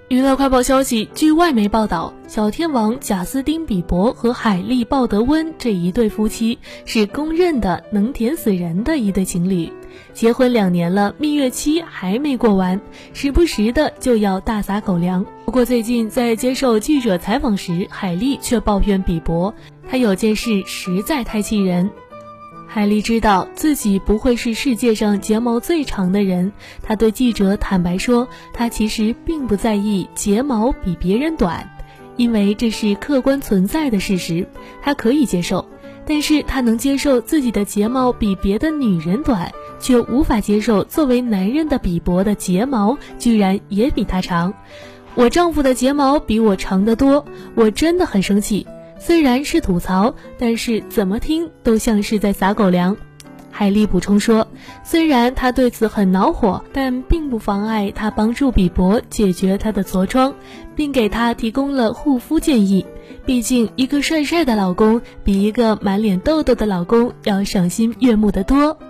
娱乐快报消息，据外媒报道，小天王贾斯汀·比伯和海莉·鲍德温这一对夫妻是公认的能甜死人的一对情侣。结婚2年了，蜜月期还没过完，时不时的就要大撒狗粮。不过最近在接受记者采访时，海莉却抱怨比伯，他有件事实在太气人。海莉知道自己不会是世界上睫毛最长的人，她对记者坦白说，她其实并不在意睫毛比别人短，因为这是客观存在的事实，她可以接受。但是她能接受自己的睫毛比别的女人短，却无法接受作为男人的比伯的睫毛居然也比她长。我丈夫的睫毛比我长得多，我真的很生气。虽然是吐槽，但是怎么听都像是在撒狗粮。海莉补充说，虽然她对此很恼火，但并不妨碍她帮助比伯解决他的痤疮，并给他提供了护肤建议。毕竟一个帅帅的老公比一个满脸痘痘的老公要赏心悦目得多。